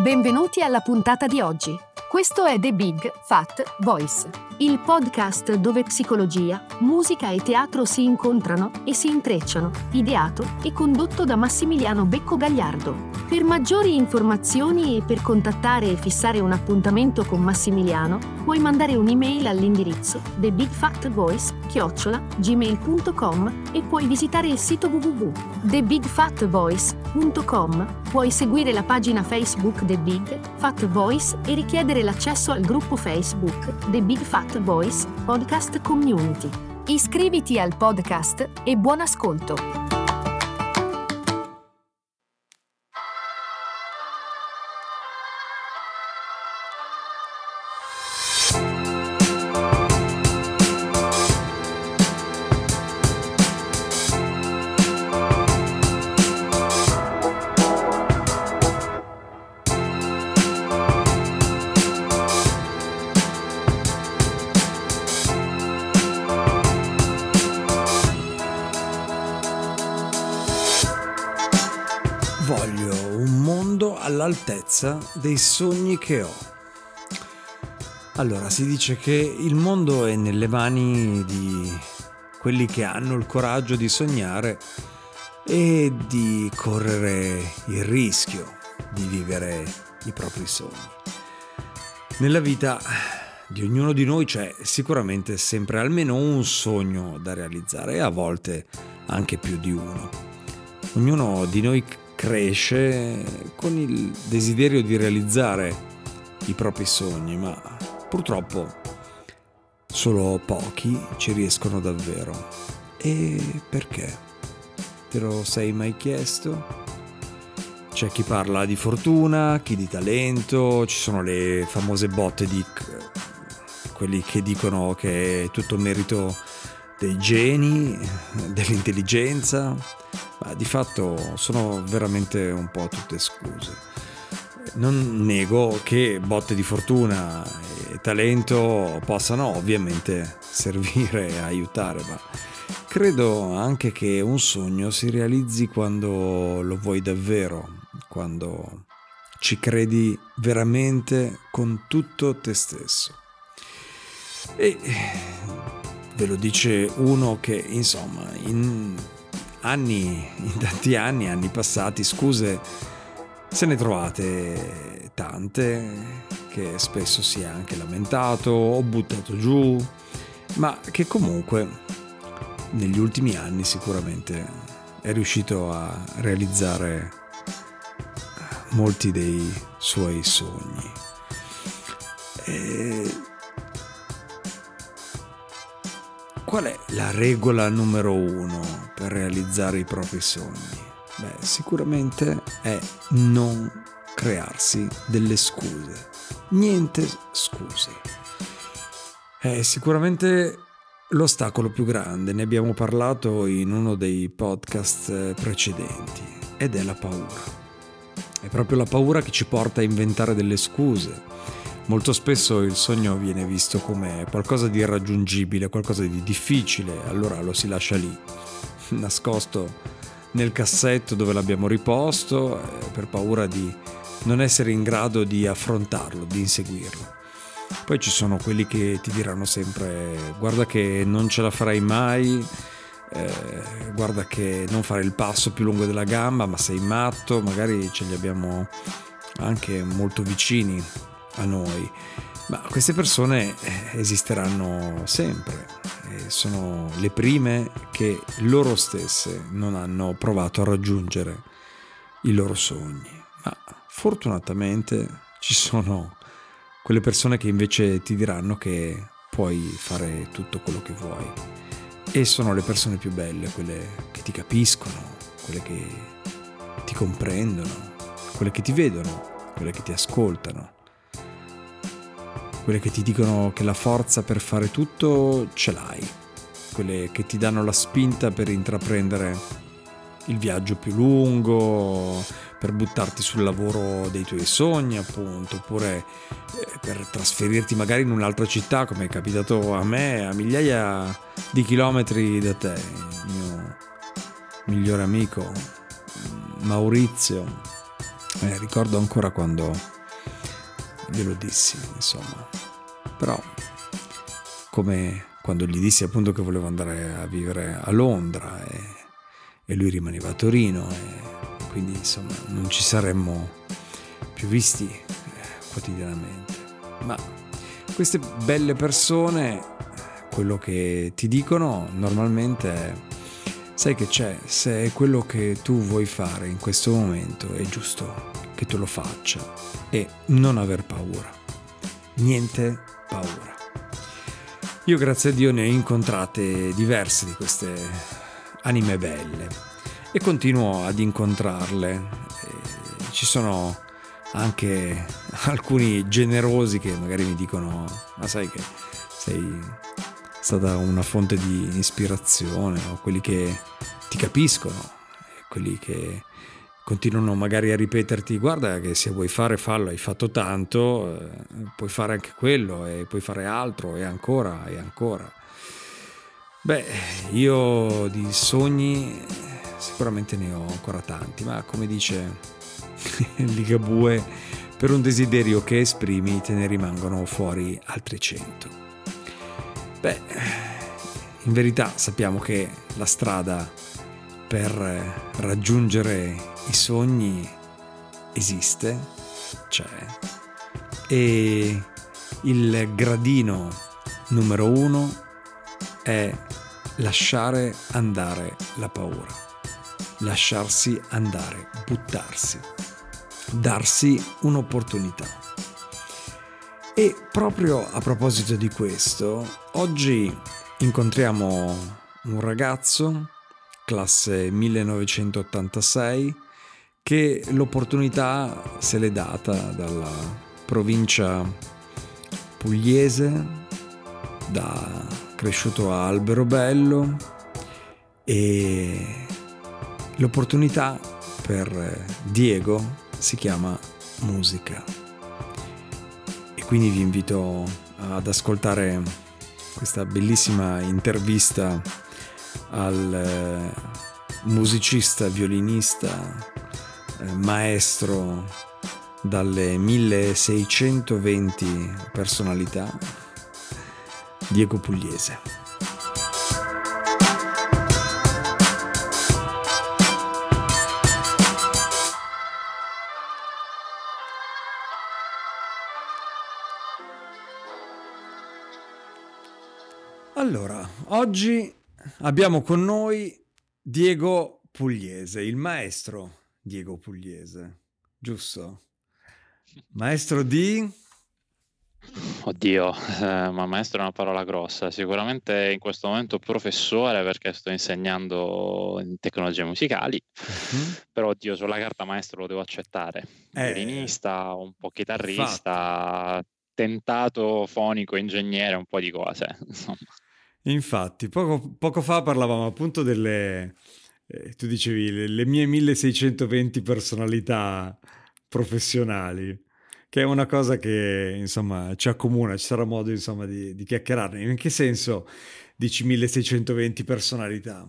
Benvenuti alla puntata di oggi. Questo è The Big Fat Voice, il podcast dove psicologia, musica e teatro si incontrano e si intrecciano, ideato e condotto da Massimiliano Becco Gagliardo. Per maggiori informazioni e per contattare e fissare un appuntamento con Massimiliano, puoi mandare un'email all'indirizzo thebigfatvoice@gmail.com e puoi visitare il sito www.thebigfatvoice.com. Puoi seguire la pagina Facebook The Big Fat Voice e richiedere l'accesso al gruppo Facebook The Big Fat Voice Podcast Community. Iscriviti al podcast e buon ascolto! Voglio un mondo all'altezza dei sogni che ho. Allora, si dice che il mondo è nelle mani di quelli che hanno il coraggio di sognare e di correre il rischio di vivere i propri sogni. Nella vita di ognuno di noi c'è sicuramente sempre almeno un sogno da realizzare e a volte anche più di uno. Ognuno di noi cresce con il desiderio di realizzare i propri sogni, ma purtroppo solo pochi ci riescono davvero. E perché? Te lo sei mai chiesto? C'è chi parla di fortuna, chi di talento, ci sono le famose botte di quelli che dicono che è tutto merito dei geni, dell'intelligenza, ma di fatto sono veramente un po' tutte scuse. Non nego che botte di fortuna e talento possano ovviamente servire a aiutare, ma credo anche che un sogno si realizzi quando lo vuoi davvero, quando ci credi veramente con tutto te stesso. E ve lo dice uno che, insomma, in tanti anni passati, scuse se ne trovate tante, che spesso si è anche lamentato o buttato giù, ma che comunque negli ultimi anni sicuramente è riuscito a realizzare molti dei suoi sogni. Qual è la regola numero 1 per realizzare i propri sogni? Sicuramente è non crearsi delle scuse. Niente scuse. È sicuramente l'ostacolo più grande, ne abbiamo parlato in uno dei podcast precedenti, ed è la paura. È proprio la paura che ci porta a inventare delle scuse. Molto spesso il sogno viene visto come qualcosa di irraggiungibile, qualcosa di difficile, allora lo si lascia lì, nascosto nel cassetto dove l'abbiamo riposto, per paura di non essere in grado di affrontarlo, di inseguirlo. Poi ci sono quelli che ti diranno sempre: guarda che non ce la farai mai, guarda che non fare il passo più lungo della gamba, ma sei matto. Magari ce li abbiamo anche molto vicini a noi, ma queste persone esisteranno sempre, sono le prime che loro stesse non hanno provato a raggiungere i loro sogni, ma fortunatamente ci sono quelle persone che invece ti diranno che puoi fare tutto quello che vuoi, e sono le persone più belle, quelle che ti capiscono, quelle che ti comprendono, quelle che ti vedono, quelle che ti ascoltano, quelle che ti dicono che la forza per fare tutto ce l'hai, quelle che ti danno la spinta per intraprendere il viaggio più lungo, per buttarti sul lavoro dei tuoi sogni, appunto, oppure per trasferirti magari in un'altra città, come è capitato a me, a migliaia di chilometri da te. Il mio migliore amico Maurizio, ricordo ancora quando glielo dissi, insomma. Però, come quando gli dissi appunto che volevo andare a vivere a Londra e lui rimaneva a Torino, e quindi insomma non ci saremmo più visti quotidianamente. Ma queste belle persone, quello che ti dicono normalmente è: sai che c'è, se è quello che tu vuoi fare in questo momento, è giusto che tu lo faccia e non aver paura. Niente paura. Io, grazie a Dio, ne ho incontrate diverse di queste anime belle e continuo ad incontrarle. E ci sono anche alcuni generosi che magari mi dicono: ma sai che sei stata una fonte di ispirazione, o quelli che ti capiscono, quelli che continuano magari a ripeterti: guarda che se vuoi fare, fallo, hai fatto tanto, puoi fare anche quello e puoi fare altro e ancora e ancora. Beh, io di sogni sicuramente ne ho ancora tanti, ma come dice Ligabue, per un desiderio che esprimi te ne rimangono fuori altri 100. Beh, in verità sappiamo che la strada per raggiungere i sogni esiste, c'è, e il gradino numero 1 è lasciare andare la paura, lasciarsi andare, buttarsi, darsi un'opportunità. E proprio a proposito di questo, oggi incontriamo un ragazzo, classe 1986, che l'opportunità se l'è data dalla provincia pugliese, cresciuto a Alberobello, e l'opportunità per Diego si chiama musica. E quindi vi invito ad ascoltare questa bellissima intervista al musicista, violinista, maestro dalle 1620 personalità, Diego Pugliese. Allora, oggi abbiamo con noi Diego Pugliese, il maestro Diego Pugliese, giusto? Maestro di... Oddio, ma maestro è una parola grossa. Sicuramente in questo momento professore, perché sto insegnando in tecnologie musicali, però oddio, sulla carta maestro lo devo accettare. Violinista, un po' chitarrista, tentato fonico, ingegnere, un po' di cose, insomma. Infatti, poco fa parlavamo appunto delle... tu dicevi le mie 1620 personalità professionali, che è una cosa che insomma ci accomuna, ci sarà modo insomma di chiacchierarne. In che senso dici 1620 personalità?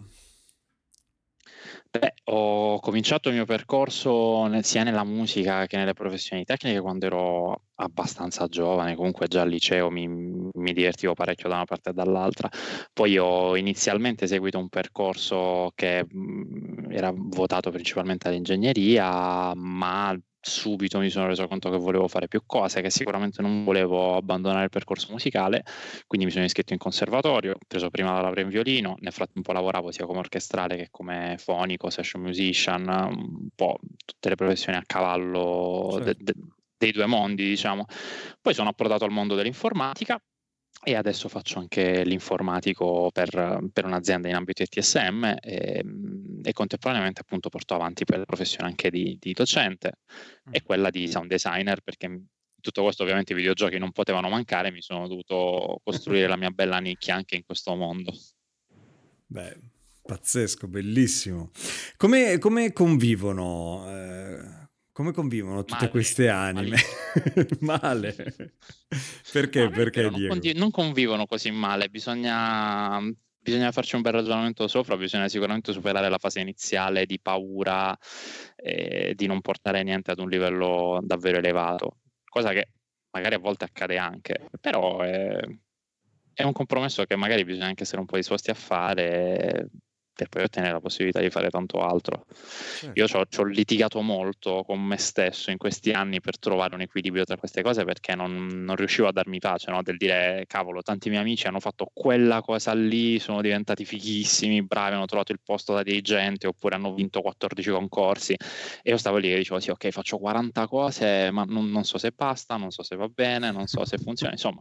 Beh, ho cominciato il mio percorso sia nella musica che nelle professioni tecniche quando ero abbastanza giovane, comunque già al liceo mi divertivo parecchio da una parte e dall'altra. Poi ho inizialmente seguito un percorso che era votato principalmente all'ingegneria, ma subito mi sono reso conto che volevo fare più cose, che sicuramente non volevo abbandonare il percorso musicale, quindi mi sono iscritto in conservatorio, ho preso prima la laurea in violino, nel frattempo lavoravo sia come orchestrale che come fonico, session musician, un po' tutte le professioni a cavallo dei due mondi, diciamo. Poi sono approdato al mondo dell'informatica e adesso faccio anche l'informatico per un'azienda in ambito ETSM e contemporaneamente appunto porto avanti poi la professione anche di docente e quella di sound designer, perché in tutto questo ovviamente i videogiochi non potevano mancare, mi sono dovuto costruire la mia bella nicchia anche in questo mondo. Beh, pazzesco, bellissimo. Come convivono? Come convivono tutte Male, queste anime? Male. Perché? No, Perché Diego? non convivono così male, bisogna farci un bel ragionamento sopra, bisogna sicuramente superare la fase iniziale di paura e di non portare niente ad un livello davvero elevato, cosa che magari a volte accade anche, però è un compromesso che magari bisogna anche essere un po' disposti a fare per poi ottenere la possibilità di fare tanto altro. Certo. Io ci ho litigato molto con me stesso in questi anni per trovare un equilibrio tra queste cose, perché non riuscivo a darmi pace, no? Del dire, cavolo, tanti miei amici hanno fatto quella cosa lì, sono diventati fighissimi, bravi, hanno trovato il posto da dirigente, oppure hanno vinto 14 concorsi, e io stavo lì e dicevo, sì, ok, faccio 40 cose, ma non so se basta, non so se va bene, non so se funziona, insomma.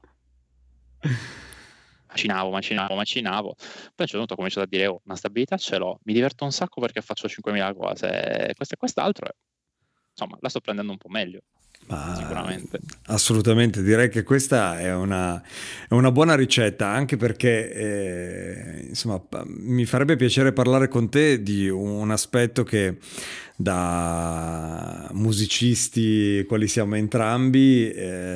Macinavo. Poi a un certo punto ho cominciato a dire, oh, una stabilità ce l'ho, mi diverto un sacco perché faccio 5.000 cose, questo e quest'altro, insomma, la sto prendendo un po' meglio, sicuramente. Assolutamente, direi che questa è una buona ricetta, anche perché insomma, mi farebbe piacere parlare con te di un aspetto che da musicisti, quali siamo entrambi,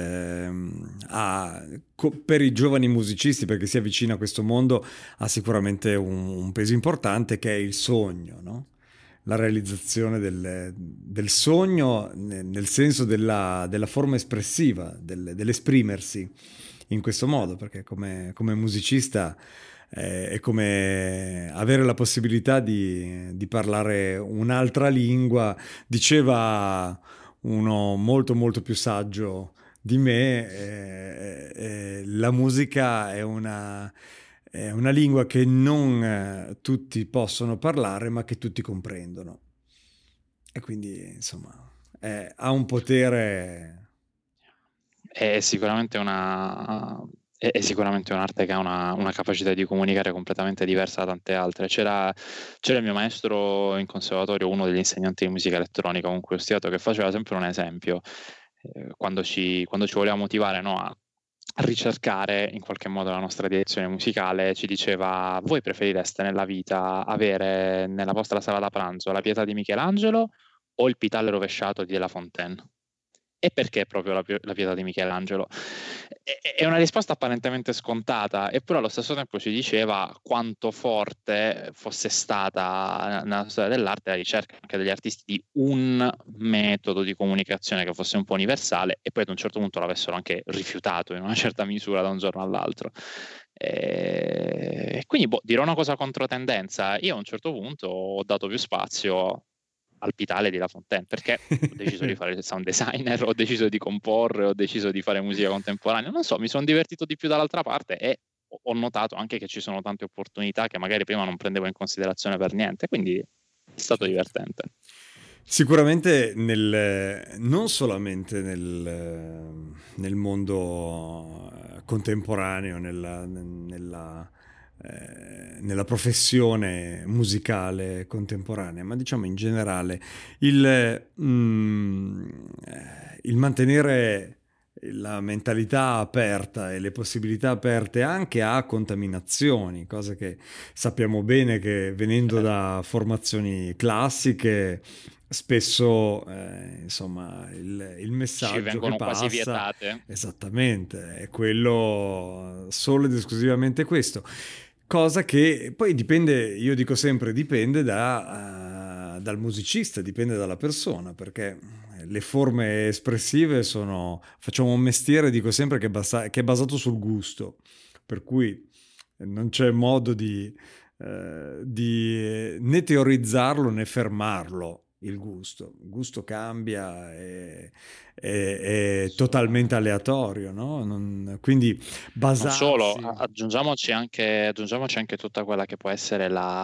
per i giovani musicisti, perché si avvicina a questo mondo, ha sicuramente un peso importante, che è il sogno, no? La realizzazione del sogno nel senso della forma espressiva, dell'esprimersi in questo modo, perché come musicista è come avere la possibilità di parlare un'altra lingua. Diceva uno molto molto più saggio di me, la musica è una lingua che non tutti possono parlare, ma che tutti comprendono. E quindi, insomma, ha un potere. È sicuramente è sicuramente un'arte che ha una capacità di comunicare completamente diversa da tante altre. C'era il mio maestro in conservatorio, uno degli insegnanti di musica elettronica con cui ho studiato, che faceva sempre un esempio, quando ci voleva motivare, no, a ricercare in qualche modo la nostra direzione musicale, ci diceva: voi preferireste nella vita avere nella vostra sala da pranzo la Pietà di Michelangelo o il Pitale rovesciato di De La Fontaine? E perché proprio la Pietà di Michelangelo? È una risposta apparentemente scontata, eppure allo stesso tempo ci diceva quanto forte fosse stata nella storia dell'arte la ricerca anche degli artisti di un metodo di comunicazione che fosse un po' universale, e poi ad un certo punto l'avessero anche rifiutato in una certa misura da un giorno all'altro. E quindi dirò una cosa controtendenza. Io a un certo punto ho dato più spazio al Pitale di La Fontaine, perché ho deciso di fare il sound designer, ho deciso di comporre, ho deciso di fare musica contemporanea, non so, mi sono divertito di più dall'altra parte, e ho notato anche che ci sono tante opportunità che magari prima non prendevo in considerazione per niente, quindi è stato divertente. Sicuramente non solamente nel mondo contemporaneo, nella professione musicale contemporanea, ma diciamo in generale, il mantenere la mentalità aperta e le possibilità aperte anche a contaminazioni, cosa che sappiamo bene che venendo da formazioni classiche spesso insomma il messaggio ci vengono che quasi passa vietate. esattamente è quello, solo ed esclusivamente questo, cosa che poi dipende, io dico sempre dipende dal musicista, dipende dalla persona, perché le forme espressive facciamo un mestiere, dico sempre, che è basato sul gusto, per cui non c'è modo di né teorizzarlo né fermarlo. Il gusto cambia, è totalmente aleatorio, no? Quindi Non solo, basarsi. aggiungiamoci anche tutta quella che può essere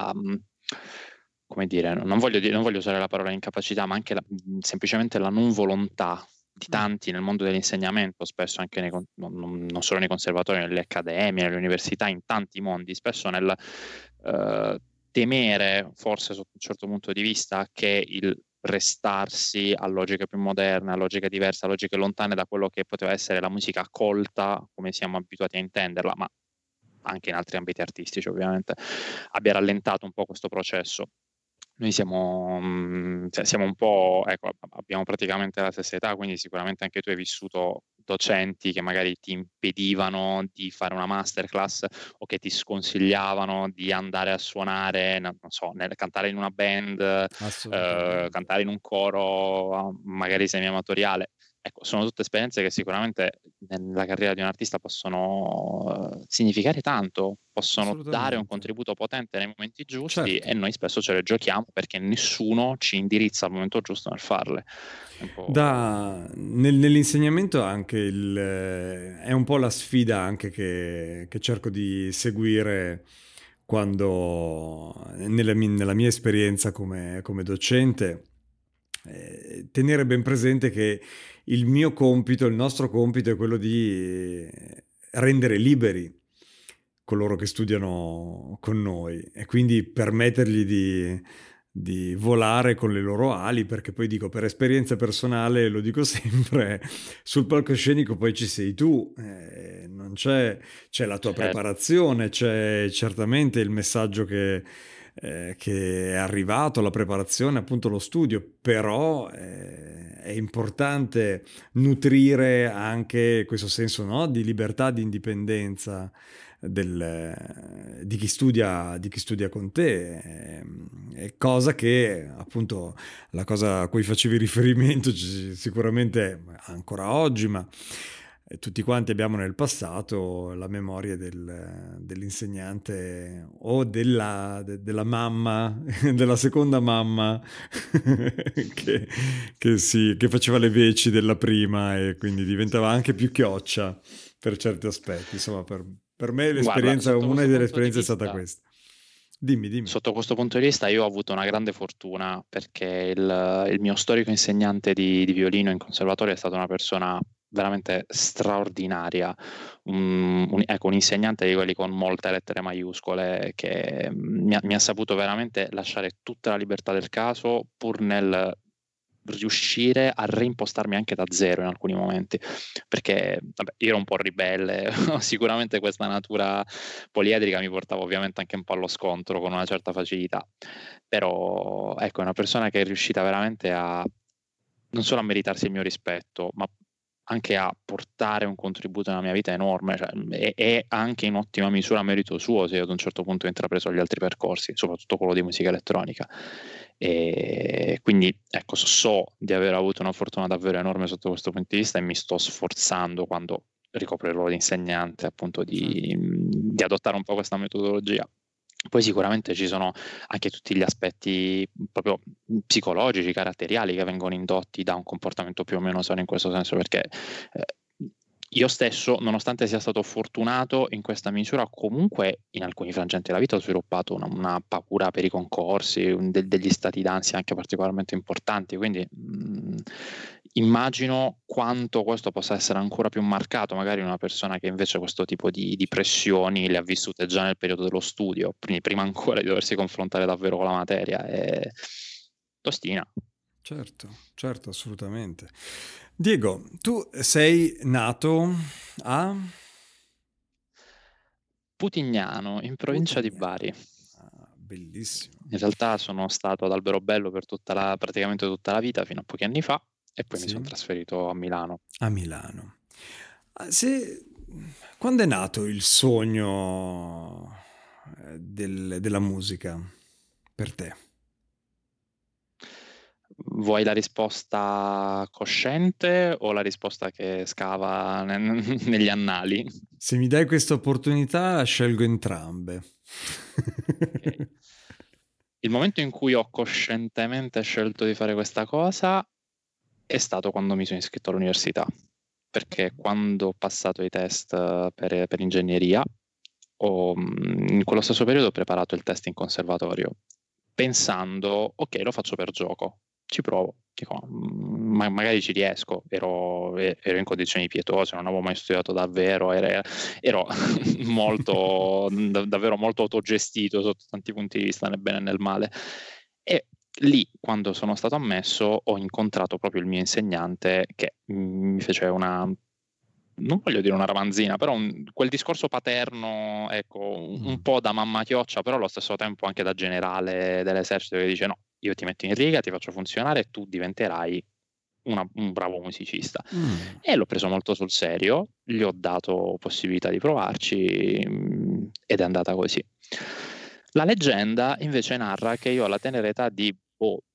come dire, non voglio usare la parola incapacità, ma anche semplicemente la non volontà di tanti nel mondo dell'insegnamento, spesso anche non solo nei conservatori, nelle accademie, nelle università, in tanti mondi, spesso nel temere, forse sotto un certo punto di vista, che il restarsi a logiche più moderne, a logiche diverse, a logiche lontane da quello che poteva essere la musica colta, come siamo abituati a intenderla, ma anche in altri ambiti artistici ovviamente, abbia rallentato un po' questo processo. Noi siamo un po', ecco, abbiamo praticamente la stessa età, quindi sicuramente anche tu hai vissuto docenti che magari ti impedivano di fare una masterclass o che ti sconsigliavano di andare a suonare, non so, cantare in una band, Assolutamente. cantare in un coro magari semi-amatoriale, ecco, sono tutte esperienze che sicuramente nella carriera di un artista possono significare tanto, possono dare un Assolutamente. contributo potente nei momenti giusti, Certo. e noi spesso ce le giochiamo perché nessuno ci indirizza al momento giusto nel farle. È un po'... Nell'insegnamento anche è un po' la sfida anche che cerco di seguire quando, nella mia esperienza come docente, tenere ben presente che il mio compito, il nostro compito è quello di rendere liberi coloro che studiano con noi e quindi permettergli di volare con le loro ali, perché poi dico, per esperienza personale, lo dico sempre, sul palcoscenico poi ci sei tu, non c'è la tua Certo. preparazione, c'è certamente il messaggio che è arrivato, la preparazione, appunto lo studio, però è importante nutrire anche questo senso, no, di libertà, di indipendenza di chi studia con te, è cosa che appunto la cosa a cui facevi riferimento sicuramente ancora oggi, ma tutti quanti abbiamo nel passato la memoria dell'insegnante o della mamma, della seconda mamma che, che faceva le veci della prima e quindi diventava anche più chioccia per certi aspetti. Insomma, per me Guarda, sotto una questo delle punto di esperienze è stata vista, questa. Dimmi, dimmi. sotto questo punto di vista io ho avuto una grande fortuna, perché il mio storico insegnante di violino in conservatorio è stata una persona veramente straordinaria, ecco, un insegnante di quelli con molte lettere maiuscole, che mi ha saputo veramente lasciare tutta la libertà del caso, pur nel riuscire a reimpostarmi anche da zero in alcuni momenti, perché vabbè, io ero un po' ribelle, sicuramente questa natura poliedrica mi portava ovviamente anche un po' allo scontro con una certa facilità, però ecco, è una persona che è riuscita veramente a non solo a meritarsi il mio rispetto, ma anche a portare un contributo nella mia vita enorme, cioè, e anche in ottima misura a merito suo, se io ad un certo punto ho intrapreso gli altri percorsi, soprattutto quello di musica elettronica. E quindi ecco, so di aver avuto una fortuna davvero enorme sotto questo punto di vista, e mi sto sforzando, quando ricopro il ruolo di insegnante, appunto di adottare un po' questa metodologia. Poi sicuramente ci sono anche tutti gli aspetti proprio psicologici, caratteriali, che vengono indotti da un comportamento più o meno sano in questo senso, perché io stesso, nonostante sia stato fortunato in questa misura, comunque in alcuni frangenti della vita ho sviluppato una paura per i concorsi, degli stati d'ansia anche particolarmente importanti, quindi immagino quanto questo possa essere ancora più marcato magari in una persona che invece questo tipo di pressioni le ha vissute già nel periodo dello studio, prima ancora di doversi confrontare davvero con la materia. È tostina. Certo, assolutamente. Diego, tu sei nato a Putignano, in provincia di Putignano. Bari. Bellissimo. In realtà sono stato ad Alberobello per praticamente tutta la vita, fino a pochi anni fa, e poi mi sono Sì, trasferito a Milano. a Milano. Quando è nato il sogno della musica per te? Vuoi la risposta cosciente o la risposta che scava negli annali? Se mi dai questa opportunità, scelgo entrambe. Ok. Il momento in cui ho coscientemente scelto di fare questa cosa è stato quando mi sono iscritto all'università, perché quando ho passato i test per ingegneria, in quello stesso periodo ho preparato il test in conservatorio, pensando, ok, lo faccio per gioco, ci provo, dico, magari ci riesco, ero in condizioni pietose, non avevo mai studiato davvero, ero davvero molto autogestito sotto tanti punti di vista, nel bene e nel male. E lì, quando sono stato ammesso, ho incontrato proprio il mio insegnante, che mi fece non voglio dire una ramanzina, però quel discorso paterno, ecco, un po' da mamma chioccia, però allo stesso tempo anche da generale dell'esercito, che dice: no, io ti metto in riga, ti faccio funzionare e tu diventerai un bravo musicista. E l'ho preso molto sul serio, gli ho dato possibilità di provarci, ed è andata così. La leggenda invece narra che io alla tenera età di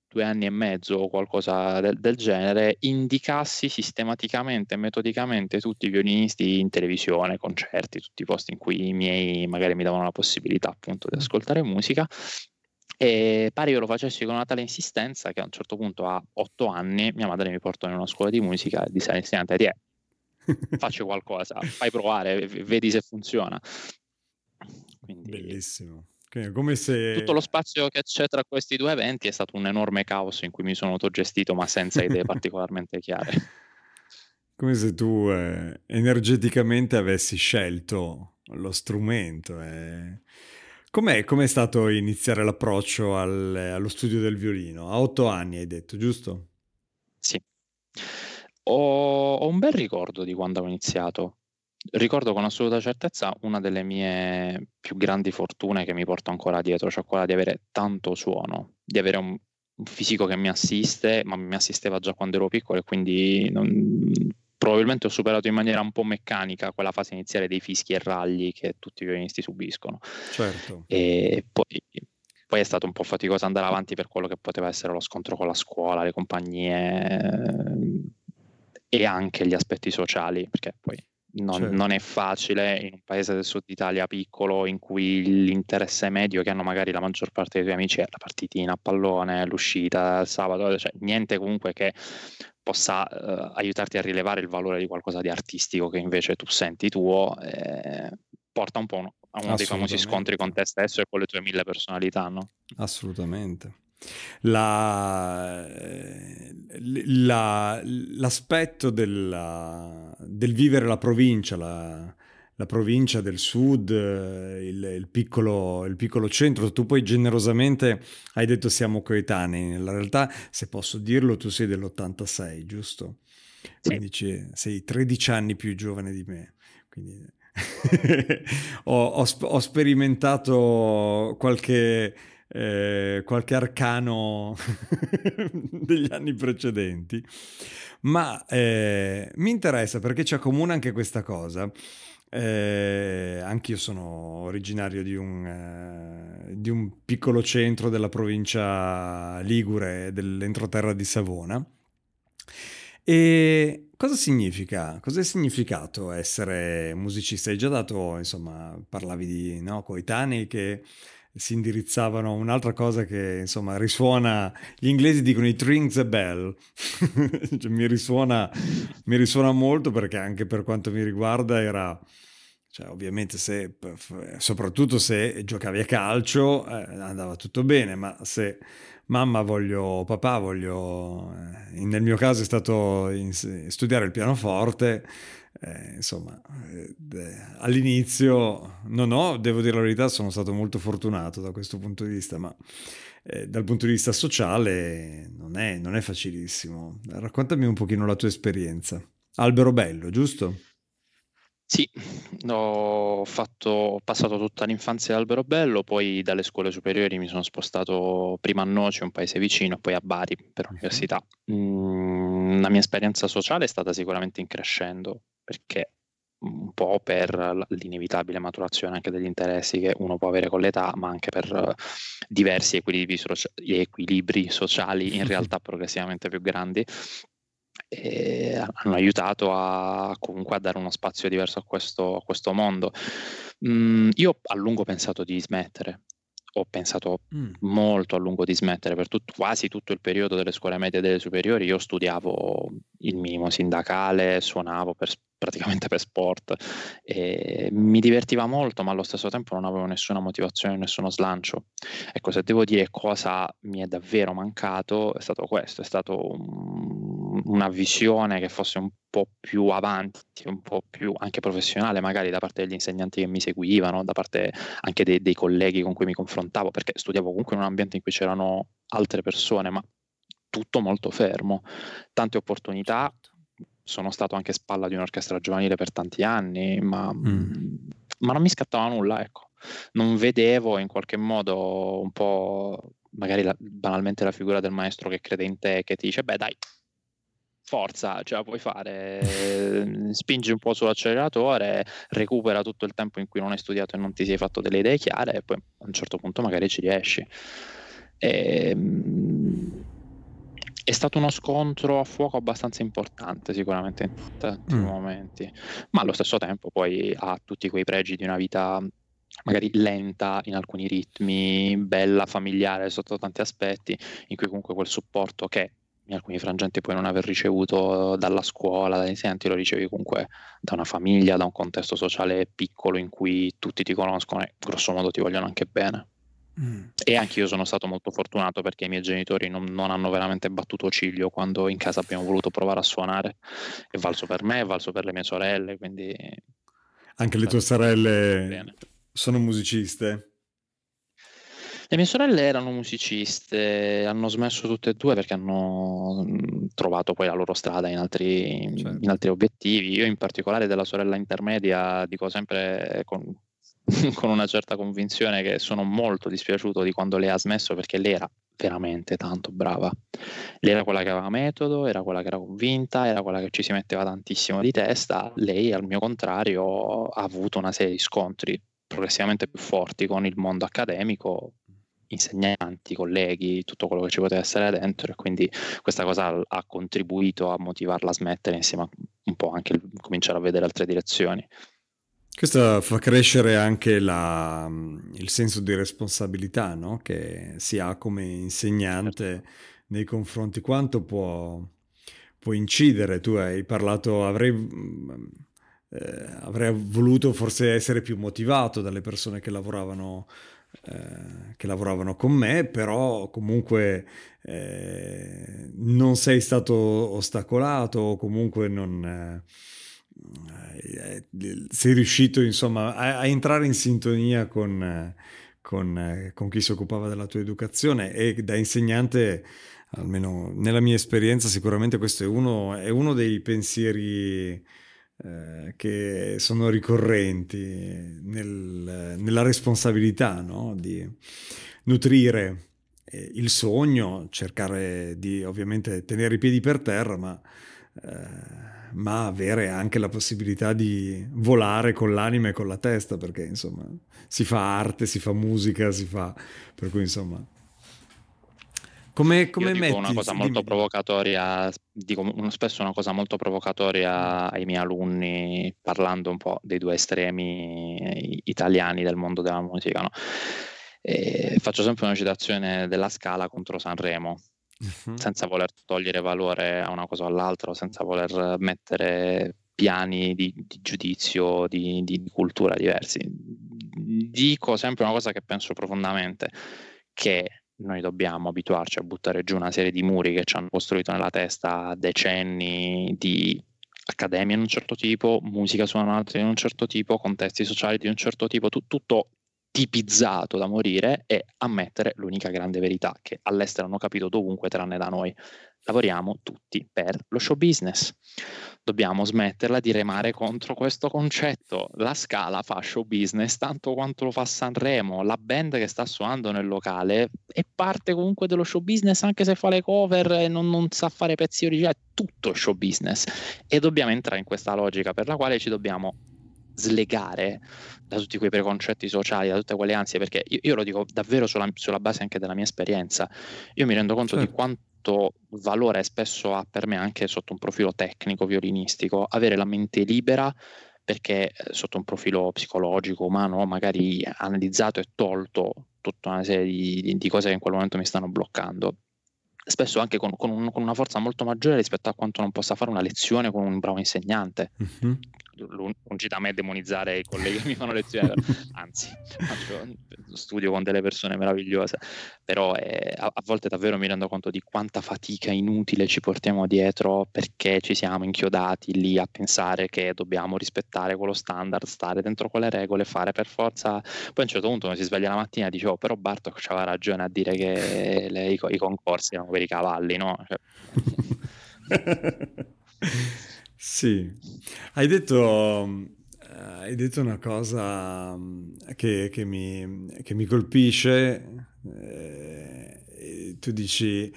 2 anni e mezzo o qualcosa del genere, indicassi sistematicamente e metodicamente tutti i violinisti in televisione, concerti, tutti i posti in cui i miei magari mi davano la possibilità appunto di ascoltare musica. E pare io lo facessi con una tale insistenza che a un certo punto, a 8 anni, mia madre mi portò in una scuola di musica e disse all'insegnante: faccio qualcosa, fai provare, vedi se funziona. Quindi Bellissimo. Come tutto lo se... spazio che c'è tra questi due eventi è stato un enorme caos in cui mi sono autogestito, ma senza idee particolarmente chiare. Come se tu energeticamente avessi scelto lo strumento. Com'è stato iniziare l'approccio allo studio del violino? A 8 anni hai detto, giusto? Sì. Ho un bel ricordo di quando ho iniziato. Ricordo con assoluta certezza una delle mie più grandi fortune che mi porto ancora dietro, cioè quella di avere tanto suono, di avere un fisico che mi assiste, ma mi assisteva già quando ero piccolo e quindi probabilmente ho superato in maniera un po' meccanica quella fase iniziale dei fischi e ragli che tutti i violinisti subiscono. Certo. E poi è stato un po' faticoso andare avanti per quello che poteva essere lo scontro con la scuola, le compagnie e anche gli aspetti sociali, perché poi Certo. non è facile in un paese del sud Italia piccolo in cui l'interesse medio che hanno magari la maggior parte dei tuoi amici è la partitina a pallone, l'uscita il sabato, cioè niente comunque che possa aiutarti a rilevare il valore di qualcosa di artistico che invece tu senti tuo, porta un po' a uno dei famosi scontri con te stesso e con le tue 1000 personalità, no? Assolutamente. L'aspetto del vivere la provincia, la provincia del sud, il piccolo centro, tu poi generosamente hai detto siamo coetanei, nella realtà, se posso dirlo, tu sei dell'86, giusto? Sì. Quindi sei 13 anni più giovane di me, quindi ho sperimentato qualche arcano degli anni precedenti, ma mi interessa perché ci accomuna anche questa cosa. Anch'io sono originario di un piccolo centro della provincia ligure dell'entroterra di Savona. E cosa significa? Cosa è significato essere musicista? Hai già dato, insomma, parlavi di no, coetanei che si indirizzavano a un'altra cosa che, insomma, risuona, gli inglesi dicono it rings a bell, cioè, mi risuona molto perché anche per quanto mi riguarda era, cioè, ovviamente soprattutto se giocavi a calcio andava tutto bene, ma se mamma voglio, papà voglio, nel mio caso è stato studiare il pianoforte, insomma, all'inizio devo dire la verità, sono stato molto fortunato da questo punto di vista, ma dal punto di vista sociale non è facilissimo. Raccontami un pochino la tua esperienza. Alberobello, giusto? Sì, ho passato tutta l'infanzia ad Alberobello, poi dalle scuole superiori mi sono spostato prima a Noci, un paese vicino, poi a Bari per l'università. La mia esperienza sociale è stata sicuramente in crescendo, perché un po' per l'inevitabile maturazione anche degli interessi che uno può avere con l'età, ma anche per diversi equilibri sociali in realtà progressivamente più grandi. E hanno aiutato comunque a dare uno spazio diverso a questo mondo. Io a lungo ho pensato di smettere, ho pensato molto a lungo di smettere per quasi tutto il periodo delle scuole medie e delle superiori. Io studiavo il minimo sindacale, suonavo praticamente per sport e mi divertiva molto, ma allo stesso tempo non avevo nessuna motivazione, nessuno slancio. Ecco, se devo dire cosa mi è davvero mancato è stato questo, è stato una visione che fosse un po' più avanti, un po' più anche professionale magari da parte degli insegnanti che mi seguivano, da parte anche dei colleghi con cui mi confrontavo, perché studiavo comunque in un ambiente in cui c'erano altre persone, ma tutto molto fermo, tante opportunità. Sono stato anche spalla di un'orchestra giovanile per tanti anni, ma non mi scattava nulla, ecco. Non vedevo in qualche modo un po' magari banalmente la figura del maestro che crede in te, che ti dice beh dai, forza, ce la puoi fare, spingi un po' sull'acceleratore, recupera tutto il tempo in cui non hai studiato e non ti sei fatto delle idee chiare e poi a un certo punto magari ci riesci. è stato uno scontro a fuoco abbastanza importante sicuramente in tanti momenti, ma allo stesso tempo poi ha tutti quei pregi di una vita magari lenta in alcuni ritmi, bella, familiare sotto tanti aspetti, in cui comunque quel supporto che in alcuni frangenti puoi non aver ricevuto dalla scuola, dagli insegnanti, lo ricevi comunque da una famiglia, da un contesto sociale piccolo in cui tutti ti conoscono e grosso modo ti vogliono anche bene. E anche io sono stato molto fortunato perché i miei genitori non hanno veramente battuto ciglio quando in casa abbiamo voluto provare a suonare. È valso per me, è valso per le mie sorelle, quindi Anche le tue sorelle sono musiciste? Le mie sorelle erano musiciste, hanno smesso tutte e due perché hanno trovato poi la loro strada in altri obiettivi. Io in particolare della sorella intermedia dico sempre con una certa convinzione che sono molto dispiaciuto di quando lei ha smesso, perché lei era veramente tanto brava. Lei era quella che aveva metodo, era quella che era convinta, era quella che ci si metteva tantissimo di testa. Lei, al mio contrario, ha avuto una serie di scontri progressivamente più forti con il mondo accademico, insegnanti, colleghi, tutto quello che ci poteva essere dentro, e quindi questa cosa ha contribuito a motivarla a smettere, insieme a un po' anche cominciare a vedere altre direzioni. Questo fa crescere anche il senso di responsabilità, no? Che si ha come insegnante nei confronti. Quanto può incidere? Tu hai parlato, avrei voluto forse essere più motivato dalle persone che lavoravano con me, però comunque non sei stato ostacolato, o comunque non sei riuscito insomma a entrare in sintonia con chi si occupava della tua educazione. E da insegnante, almeno nella mia esperienza, sicuramente questo è uno dei pensieri che sono ricorrenti nella responsabilità, no? Di nutrire il sogno, cercare di ovviamente tenere i piedi per terra, ma avere anche la possibilità di volare con l'anima e con la testa, perché insomma si fa arte, si fa musica, per cui insomma come Io dico una metti? cosa molto provocatoria, spesso una cosa molto provocatoria ai miei alunni, parlando un po' dei due estremi italiani del mondo della musica, no? E faccio sempre una citazione della Scala contro Sanremo, senza voler togliere valore a una cosa o all'altra, senza voler mettere piani di giudizio, di cultura diversi. Dico sempre una cosa che penso profondamente, che noi dobbiamo abituarci a buttare giù una serie di muri che ci hanno costruito nella testa decenni di accademia di un certo tipo, musica suonata di un certo tipo, contesti sociali di un certo tipo, tutto tipizzato da morire, e ammettere l'unica grande verità che all'estero hanno capito dovunque tranne da noi: lavoriamo tutti per lo show business. Dobbiamo smetterla di remare contro questo concetto. La Scala fa show business tanto quanto lo fa Sanremo. La band che sta suonando nel locale è parte comunque dello show business, anche se fa le cover e non sa fare pezzi originali. Tutto è show business, e dobbiamo entrare in questa logica per la quale ci dobbiamo slegare da tutti quei preconcetti sociali, da tutte quelle ansie, perché io lo dico davvero sulla base anche della mia esperienza. Io mi rendo conto di quanto valore spesso ha per me, anche sotto un profilo tecnico violinistico, avere la mente libera, perché sotto un profilo psicologico, umano, magari analizzato e tolto tutta una serie di cose che in quel momento mi stanno bloccando, spesso anche con una forza molto maggiore rispetto a quanto non possa fare una lezione con un bravo insegnante. Lungi da me demonizzare i colleghi che mi fanno lezione, anzi studio con delle persone meravigliose, però a volte davvero mi rendo conto di quanta fatica inutile ci portiamo dietro, perché ci siamo inchiodati lì a pensare che dobbiamo rispettare quello standard, stare dentro quelle regole, fare per forza. Poi a un certo punto uno si sveglia la mattina e dice: oh, però Bartok aveva ragione a dire che i concorsi erano per i cavalli, no? Sì, hai detto una cosa che mi colpisce. Tu dici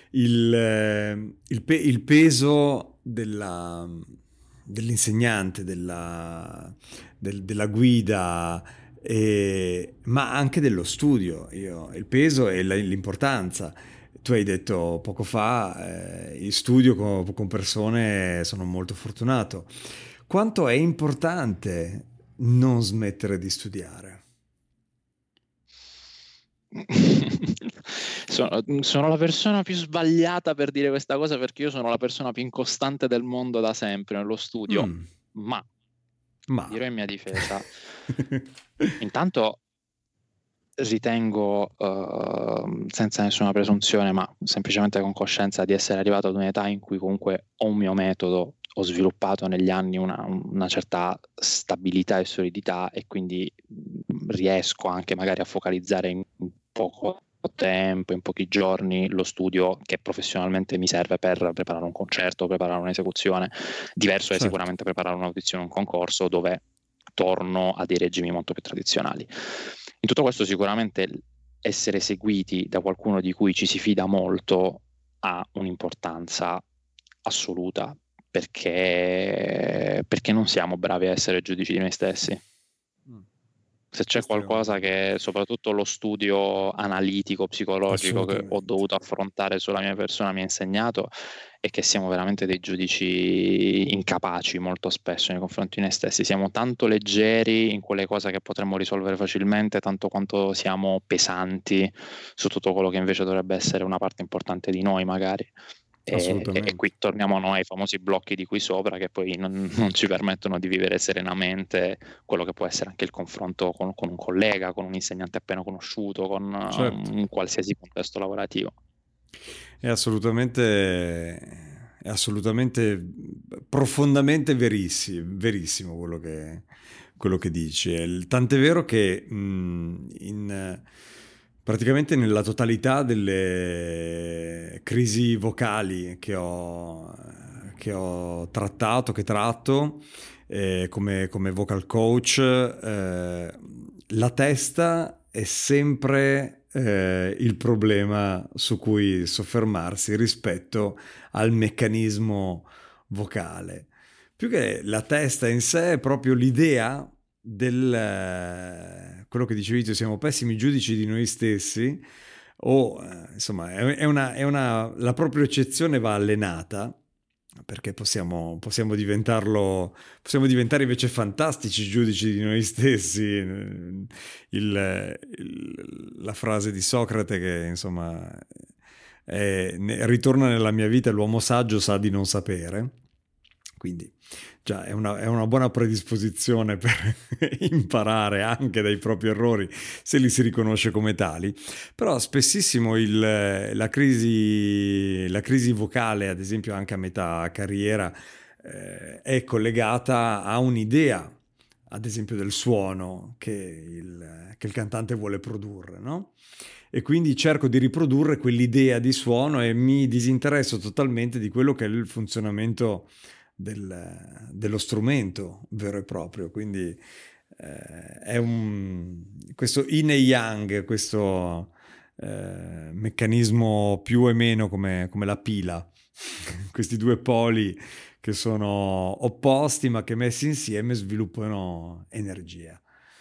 il peso dell'insegnante, della guida, ma anche dello studio. Il peso e l'importanza. tu hai detto poco fa, in studio con persone sono molto fortunato. Quanto è importante non smettere di studiare? Sono la persona più sbagliata per dire questa cosa, perché io sono la persona più incostante del mondo da sempre nello studio, Mm, ma ma dirò in mia difesa. Intanto ritengo, senza nessuna presunzione, ma semplicemente con coscienza, di essere arrivato ad un'età in cui comunque ho un mio metodo, ho sviluppato negli anni una certa stabilità e solidità, e quindi riesco anche magari a focalizzare in poco tempo, in pochi giorni, lo studio che professionalmente mi serve per preparare un concerto, preparare un'esecuzione. Diverso è certo. sicuramente preparare un'audizione, un concorso, dove torno a dei regimi molto più tradizionali. In tutto questo sicuramente essere seguiti da qualcuno di cui ci si fida molto ha un'importanza assoluta, perché non siamo bravi a essere giudici di noi stessi. Se c'è Questo è qualcosa che soprattutto lo studio analitico, psicologico, che ho dovuto affrontare sulla mia persona mi ha insegnato, è che siamo veramente dei giudici incapaci molto spesso nei confronti di noi stessi. Siamo tanto leggeri in quelle cose che potremmo risolvere facilmente, tanto quanto siamo pesanti su tutto quello che invece dovrebbe essere una parte importante di noi, magari. E qui torniamo noi ai famosi blocchi di qui sopra, che poi non ci permettono di vivere serenamente quello che può essere anche il confronto con un collega, con un insegnante appena conosciuto, con un qualsiasi contesto lavorativo. È assolutamente profondamente verissimo quello che dici. Tant'è vero che praticamente nella totalità delle crisi vocali che ho trattato, che tratto come vocal coach, la testa è sempre il problema su cui soffermarsi rispetto al meccanismo vocale. Più che la testa in sé è proprio l'idea quello che dicevi tu, siamo pessimi giudici di noi stessi, o insomma la propria eccezione va allenata, perché possiamo diventare invece fantastici giudici di noi stessi. La frase di Socrate che insomma ritorna nella mia vita: l'uomo saggio sa di non sapere. Quindi già è una buona predisposizione per imparare anche dai propri errori, se li si riconosce come tali. Però spessissimo la crisi vocale, ad esempio anche a metà carriera, è collegata a un'idea, ad esempio del suono che il cantante vuole produrre, no? E quindi cerco di riprodurre quell'idea di suono e mi disinteresso totalmente di quello che è il funzionamento dello strumento vero e proprio. Quindi è questo yin e yang, questo meccanismo più e meno come la pila, questi due poli che sono opposti ma che messi insieme sviluppano energia.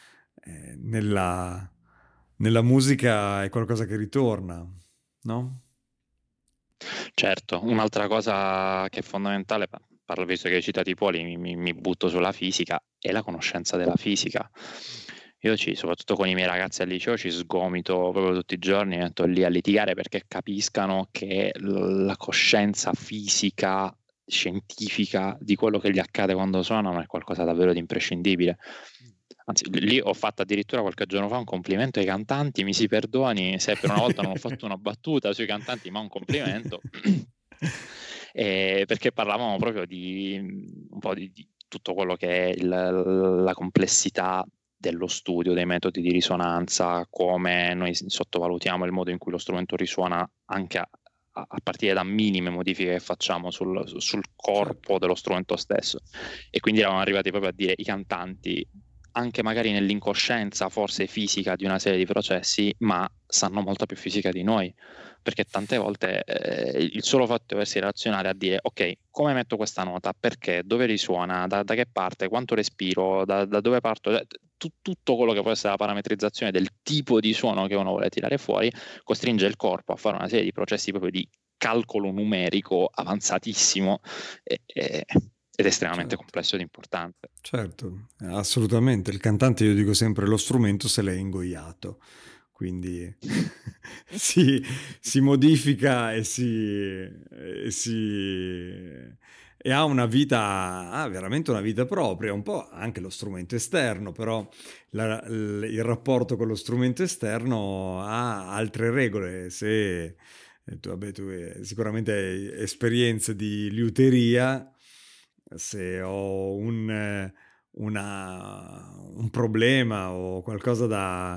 Nella musica è qualcosa che ritorna, no? Certo, un'altra cosa che è fondamentale, visto che hai citato i poli, mi butto sulla fisica, è la conoscenza della fisica. Io soprattutto con i miei ragazzi al liceo, ci sgomito proprio tutti i giorni, mi metto lì a litigare perché capiscano che la coscienza fisica, scientifica di quello che gli accade quando suonano è qualcosa davvero di imprescindibile. Anzi, lì ho fatto addirittura qualche giorno fa un complimento ai cantanti, mi si perdoni se per una volta non ho fatto una battuta sui cantanti, ma un complimento, perché parlavamo proprio di un po' di tutto quello che è la complessità dello studio, dei metodi di risonanza, come noi sottovalutiamo il modo in cui lo strumento risuona anche a partire da minime modifiche che facciamo sul corpo dello strumento stesso. E quindi eravamo arrivati proprio a dire: i cantanti, anche magari nell'incoscienza forse fisica di una serie di processi, ma sanno molta più fisica di noi, perché tante volte il solo fatto di doversi relazionare a dire: ok, come metto questa nota, perché, dove risuona, da che parte, quanto respiro, da dove parto, tutto quello che può essere la parametrizzazione del tipo di suono che uno vuole tirare fuori, costringe il corpo a fare una serie di processi proprio di calcolo numerico avanzatissimo ed estremamente complesso ed importante. Certo, assolutamente. Il cantante, io dico sempre, lo strumento se l'è ingoiato, quindi si modifica e ha una vita, ha veramente una vita propria, un po' anche lo strumento esterno, però il rapporto con lo strumento esterno ha altre regole. Se tu sicuramente hai esperienze di liuteria, se ho un problema o qualcosa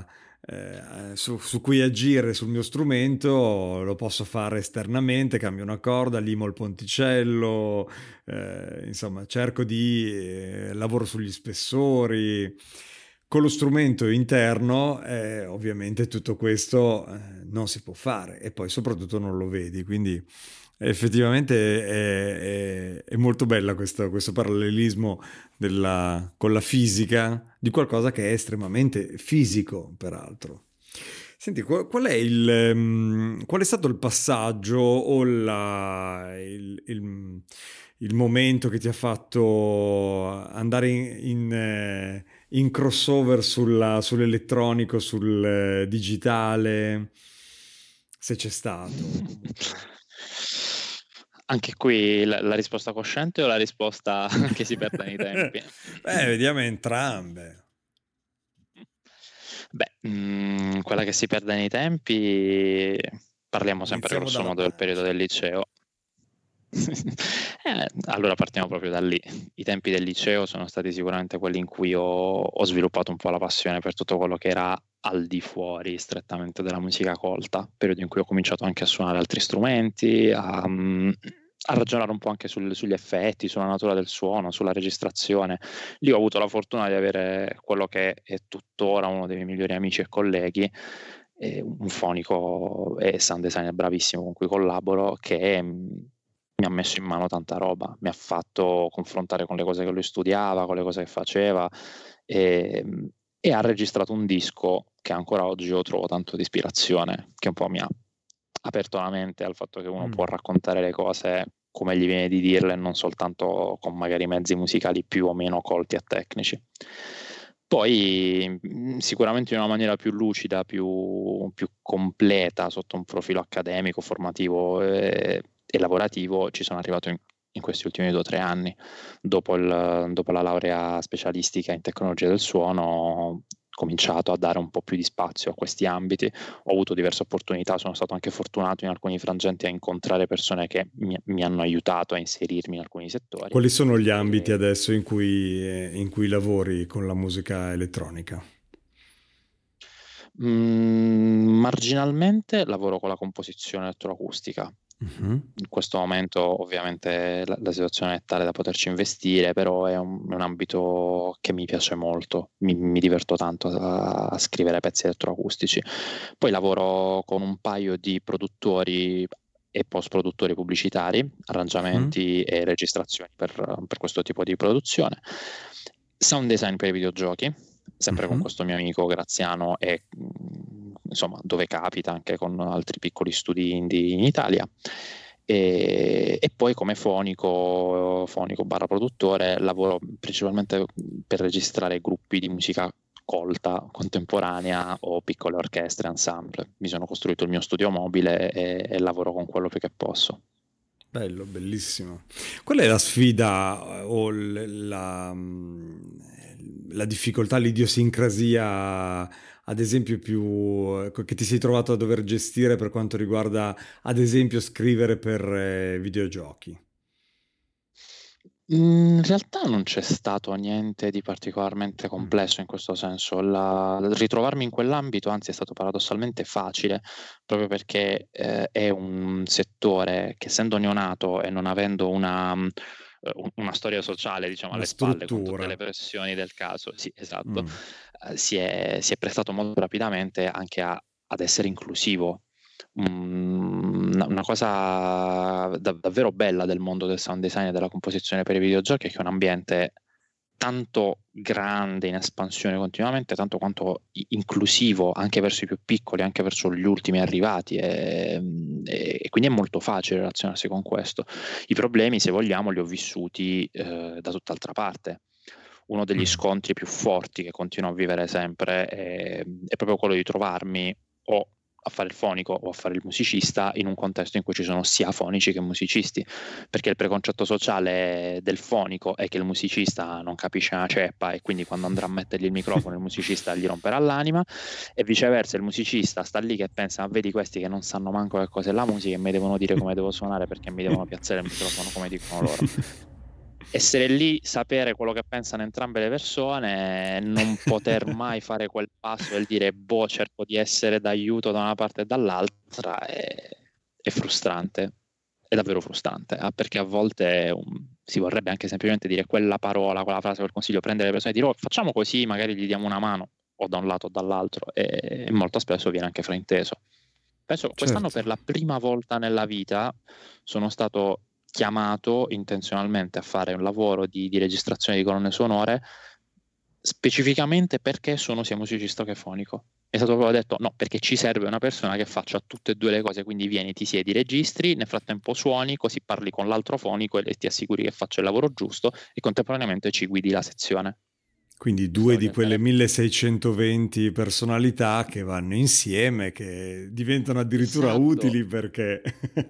su cui agire sul mio strumento, lo posso fare esternamente, cambio una corda, limo il ponticello, insomma, lavoro sugli spessori. Con lo strumento interno, ovviamente tutto questo non si può fare e poi soprattutto non lo vedi, quindi effettivamente è molto bella questo parallelismo con la fisica di qualcosa che è estremamente fisico, peraltro. Senti, qual è stato il passaggio o il momento che ti ha fatto andare in crossover sull'elettronico, sul digitale, se c'è stato? Anche qui la risposta cosciente o la risposta che si perde nei tempi? Vediamo entrambe. Quella che si perde nei tempi, parliamo sempre grosso modo del periodo del liceo. Allora partiamo proprio da lì. I tempi del liceo sono stati sicuramente quelli in cui ho sviluppato un po' la passione per tutto quello che era al di fuori strettamente della musica colta, periodo in cui ho cominciato anche a suonare altri strumenti, a ragionare un po' anche sugli effetti, sulla natura del suono, sulla registrazione. Lì ho avuto la fortuna di avere quello che è tuttora uno dei miei migliori amici e colleghi, un fonico e sound designer bravissimo con cui collaboro, che mi ha messo in mano tanta roba, mi ha fatto confrontare con le cose che lui studiava, con le cose che faceva, e ha registrato un disco che ancora oggi io trovo tanto di ispirazione, che un po' mi ha aperto la mente al fatto che uno può raccontare le cose come gli viene di dirle, non soltanto con magari mezzi musicali più o meno colti e tecnici. Poi sicuramente in una maniera più lucida, più completa sotto un profilo accademico, formativo e lavorativo, ci sono arrivato in questi ultimi 2 o 3 anni. Dopo la laurea specialistica in tecnologia del suono, ho cominciato a dare un po' più di spazio a questi ambiti. Ho avuto diverse opportunità, sono stato anche fortunato in alcuni frangenti a incontrare persone che mi hanno aiutato a inserirmi in alcuni settori. Quali sono gli ambiti adesso in cui lavori con la musica elettronica? Marginalmente lavoro con la composizione elettroacustica. Uh-huh. In questo momento ovviamente la situazione è tale da poterci investire, però è un ambito che mi piace molto, mi diverto tanto a scrivere pezzi elettroacustici. Poi lavoro con un paio di produttori e post-produttori pubblicitari, arrangiamenti e registrazioni per questo tipo di produzione. Sound design per i videogiochi, sempre con questo mio amico Graziano e insomma dove capita anche con altri piccoli studi indie in Italia, e poi come fonico barra produttore lavoro principalmente per registrare gruppi di musica colta, contemporanea o piccole orchestre, ensemble. Mi sono costruito il mio studio mobile e lavoro con quello più che posso. Bello, bellissimo. Qual è la sfida o la difficoltà, l'idiosincrasia, ad esempio, che ti sei trovato a dover gestire per quanto riguarda, ad esempio, scrivere per videogiochi? In realtà non c'è stato niente di particolarmente complesso in questo senso. Ritrovarmi in quell'ambito, anzi, è stato paradossalmente facile, proprio perché è un settore che, essendo neonato e non avendo una storia sociale, diciamo, alle spalle, con tutte le pressioni del caso, sì, esatto, si è prestato molto rapidamente anche ad essere inclusivo. Una cosa davvero bella del mondo del sound design e della composizione per i videogiochi è che è un ambiente tanto grande, in espansione continuamente, tanto quanto inclusivo anche verso i più piccoli, anche verso gli ultimi arrivati, e quindi è molto facile relazionarsi con questo. I problemi, se vogliamo, li ho vissuti da tutt'altra parte. Uno degli scontri più forti che continuo a vivere sempre è proprio quello di trovarmi o a fare il fonico o a fare il musicista in un contesto in cui ci sono sia fonici che musicisti, perché il preconcetto sociale del fonico è che il musicista non capisce una ceppa e quindi quando andrà a mettergli il microfono il musicista gli romperà l'anima, e viceversa il musicista sta lì che pensa: ma vedi questi che non sanno manco che cos'è la musica e mi devono dire come devo suonare perché mi devono piazzare il microfono come dicono loro. Essere lì, sapere quello che pensano entrambe le persone, non poter mai fare quel passo e dire boh, cerco di essere d'aiuto da una parte e dall'altra, è frustrante, è davvero frustrante, perché a volte si vorrebbe anche semplicemente dire quella parola, quella frase, quel consiglio, prendere le persone e dire oh, facciamo così, magari gli diamo una mano o da un lato o dall'altro, e molto spesso viene anche frainteso. Penso quest'anno per la prima volta nella vita sono stato chiamato intenzionalmente a fare un lavoro di registrazione di colonne sonore specificamente perché sono sia musicista che fonico. È stato proprio detto no, perché ci serve una persona che faccia tutte e due le cose, quindi vieni, ti siedi, registri, nel frattempo suoni, così parli con l'altro fonico e ti assicuri che faccia il lavoro giusto e contemporaneamente ci guidi la sezione. Quindi due di quelle 1620 personalità che vanno insieme, che diventano addirittura utili perché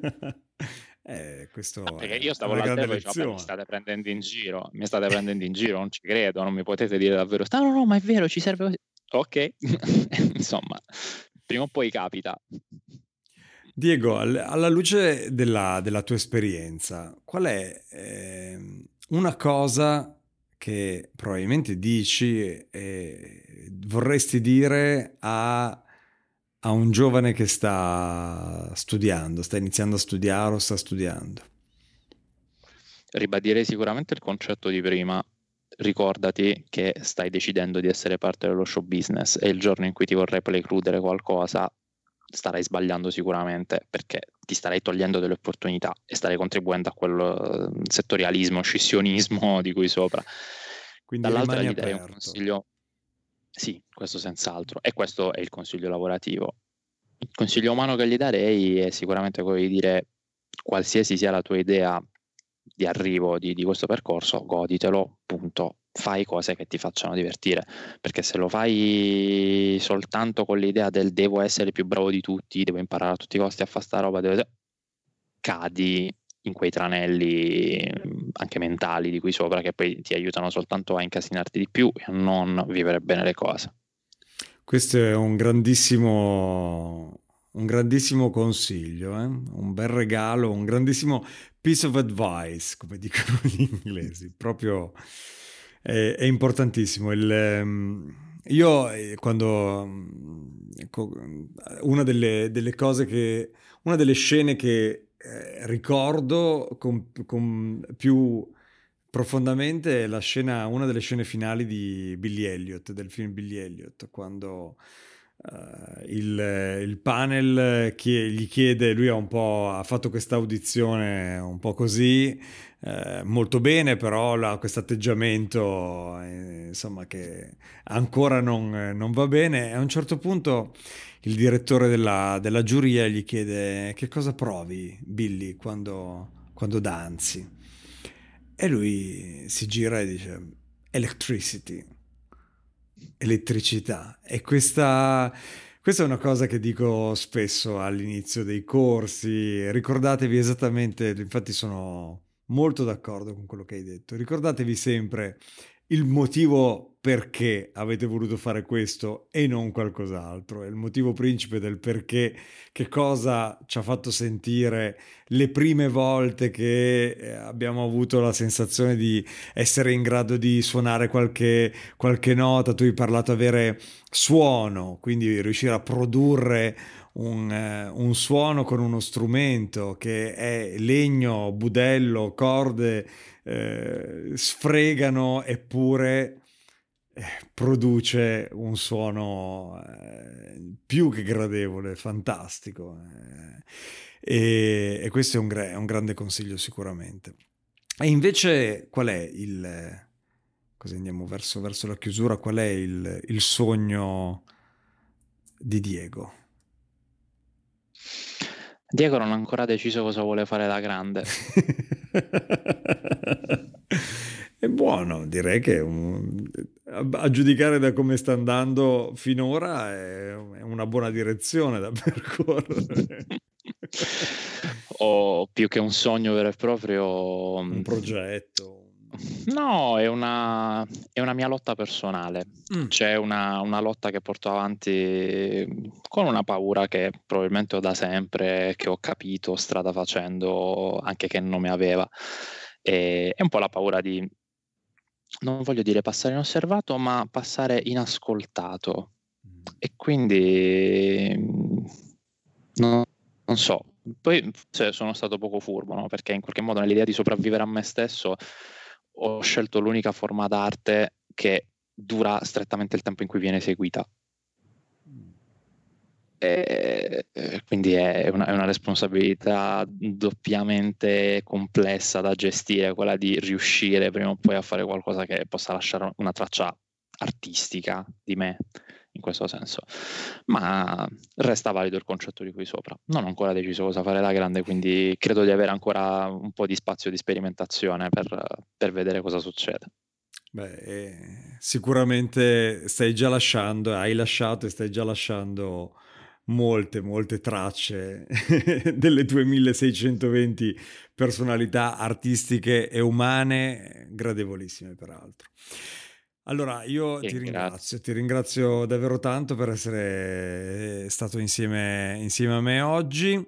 questo perché è io stavo una là grande e dicevo, lezione. mi state prendendo in giro, non ci credo, non mi potete dire davvero. No, ma è vero, ci serve così. Ok, insomma, prima o poi capita. Diego, alla luce della tua esperienza, qual è una cosa che probabilmente dici e vorresti dire a un giovane che sta studiando, sta iniziando a studiare o sta studiando? Ribadirei sicuramente il concetto di prima. Ricordati che stai decidendo di essere parte dello show business e il giorno in cui ti vorrai precludere qualcosa starai sbagliando sicuramente, perché ti starai togliendo delle opportunità e starai contribuendo a quel settorialismo, scissionismo di cui sopra. Quindi Dall'altra rimani gli darei un aperto. consiglio, sì, questo senz'altro, e questo è il consiglio lavorativo. Il consiglio umano che gli darei è sicuramente quello di dire: qualsiasi sia la tua idea di arrivo di questo percorso, goditelo, punto. Fai cose che ti facciano divertire, perché se lo fai soltanto con l'idea del devo essere più bravo di tutti, devo imparare a tutti i costi a fare sta roba, cadi in quei tranelli anche mentali di qui sopra, che poi ti aiutano soltanto a incasinarti di più e a non vivere bene le cose. Questo è un grandissimo consiglio, un bel regalo, un grandissimo piece of advice, come dicono gli inglesi. Proprio è importantissimo. Io quando ecco, delle cose una delle scene che ricordo con più profondamente è una delle scene finali di Billy Elliot, del film Billy Elliot, quando il panel gli chiede, lui ha fatto questa audizione un po' così, molto bene, però questo atteggiamento, insomma, che ancora non va bene. E a un certo punto il direttore della giuria gli chiede: che cosa provi, Billy, quando danzi? E lui si gira e dice: electricity, elettricità. E questa è una cosa che dico spesso all'inizio dei corsi. Ricordatevi esattamente, infatti sono molto d'accordo con quello che hai detto. Ricordatevi sempre il motivo perché avete voluto fare questo e non qualcos'altro. È il motivo principe del perché, che cosa ci ha fatto sentire le prime volte che abbiamo avuto la sensazione di essere in grado di suonare qualche nota. Tu hai parlato di avere suono, quindi riuscire a produrre un suono con uno strumento che è legno, budello, corde, sfregano, eppure produce un suono più che gradevole, fantastico. E questo è un grande consiglio sicuramente. E invece qual è così andiamo verso la chiusura, qual è il sogno di Diego? Diego non ha ancora deciso cosa vuole fare da grande. È buono, direi che a giudicare da come sta andando finora è una buona direzione da percorrere. O più che un sogno vero e proprio, Un progetto. no, è una mia lotta personale. C'è una lotta che porto avanti con una paura che probabilmente ho da sempre, che ho capito strada facendo, anche che non mi aveva. È un po' la paura di, non voglio dire passare inosservato, ma passare inascoltato. E quindi non so. Poi sono stato poco furbo, no? Perché in qualche modo nell'idea di sopravvivere a me stesso ho scelto l'unica forma d'arte che dura strettamente il tempo in cui viene eseguita. Quindi è una responsabilità doppiamente complessa da gestire, quella di riuscire prima o poi a fare qualcosa che possa lasciare una traccia artistica di me, in questo senso. Ma resta valido il concetto di qui sopra. Non ho ancora deciso cosa fare da grande, quindi credo di avere ancora un po' di spazio di sperimentazione per vedere cosa succede. Beh, sicuramente hai lasciato e stai già lasciando molte tracce delle tue 1620 personalità artistiche e umane, gradevolissime peraltro. Allora, io ti ringrazio davvero tanto per essere stato insieme a me oggi.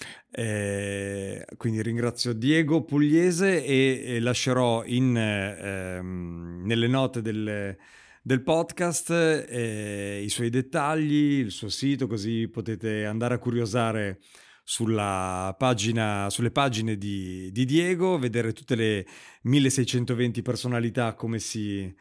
Quindi ringrazio Diego Pugliese e lascerò nelle note del podcast i suoi dettagli, il suo sito, così potete andare a curiosare sulle pagine di Diego, vedere tutte le 1620 personalità come si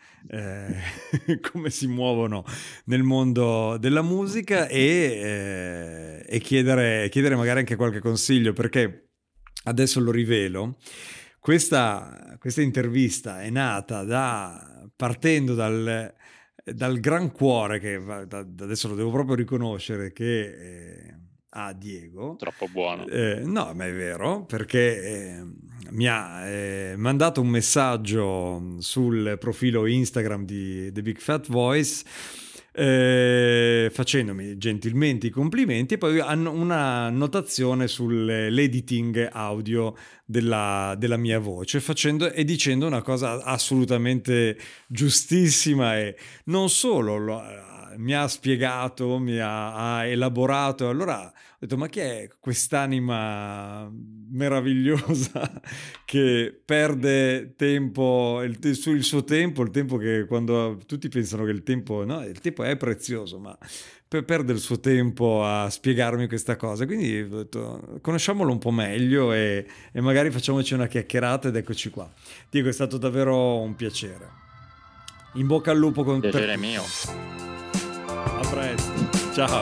muovono nel mondo della musica e chiedere magari anche qualche consiglio, perché adesso lo rivelo. Questa intervista è nata partendo dal gran cuore che adesso lo devo proprio riconoscere che ha Diego. Troppo buono. No, ma è vero, perché mi ha mandato un messaggio sul profilo Instagram di The Big Fat Voice, facendomi gentilmente i complimenti, e poi hanno una annotazione sull'editing audio della mia voce, e dicendo una cosa assolutamente giustissima, e non solo mi ha spiegato, ha elaborato. Allora ho detto: ma chi è quest'anima meravigliosa che perde tempo, il suo tempo, il tempo che, quando tutti pensano che il tempo è prezioso, ma perde il suo tempo a spiegarmi questa cosa. Quindi ho detto: conosciamolo un po' meglio e magari facciamoci una chiacchierata, ed eccoci qua. Diego, è stato davvero un piacere. In bocca al lupo con te. Piacere mio. A presto, ciao.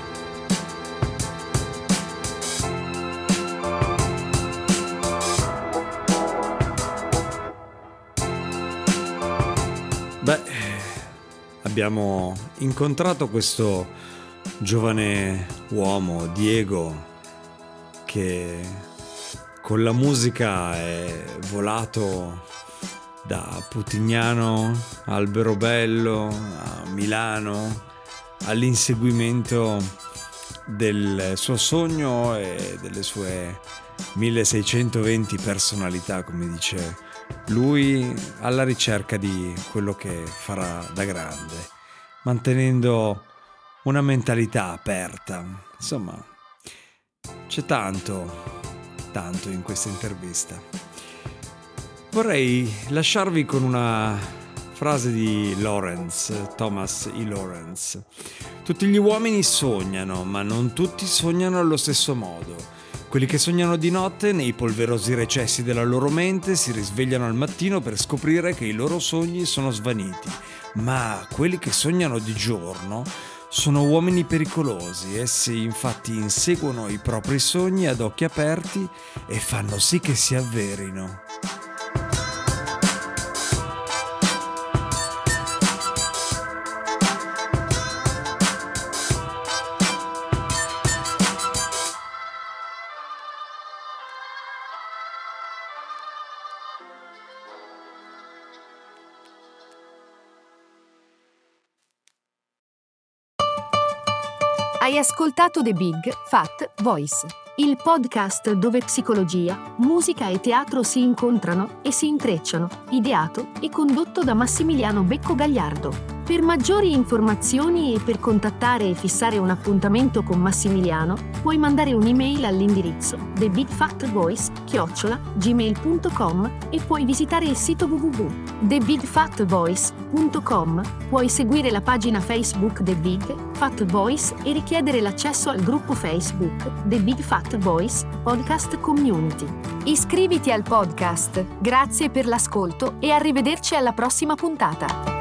Beh, abbiamo incontrato questo giovane uomo, Diego, che con la musica è volato da Putignano a Alberobello a Milano, all'inseguimento del suo sogno e delle sue 1620 personalità, come dice lui, alla ricerca di quello che farà da grande, mantenendo una mentalità aperta. Insomma, c'è tanto in questa intervista. Vorrei lasciarvi con una frase di Thomas E. Lawrence. Tutti gli uomini sognano, ma non tutti sognano allo stesso modo. Quelli che sognano di notte, nei polverosi recessi della loro mente, si risvegliano al mattino per scoprire che i loro sogni sono svaniti. Ma quelli che sognano di giorno sono uomini pericolosi. Essi infatti inseguono i propri sogni ad occhi aperti e fanno sì che si avverino. Hai ascoltato The Big Fat Voice, il podcast dove psicologia, musica e teatro si incontrano e si intrecciano, ideato e condotto da Massimiliano Becco Gagliardo. Per maggiori informazioni e per contattare e fissare un appuntamento con Massimiliano, puoi mandare un'email all'indirizzo thebigfatvoice@gmail.com e puoi visitare il sito www.thebigfatvoice.com. Puoi seguire la pagina Facebook The Big Fat Voice e richiedere l'accesso al gruppo Facebook The Big Fat Voice Podcast Community. Iscriviti al podcast. Grazie per l'ascolto e arrivederci alla prossima puntata.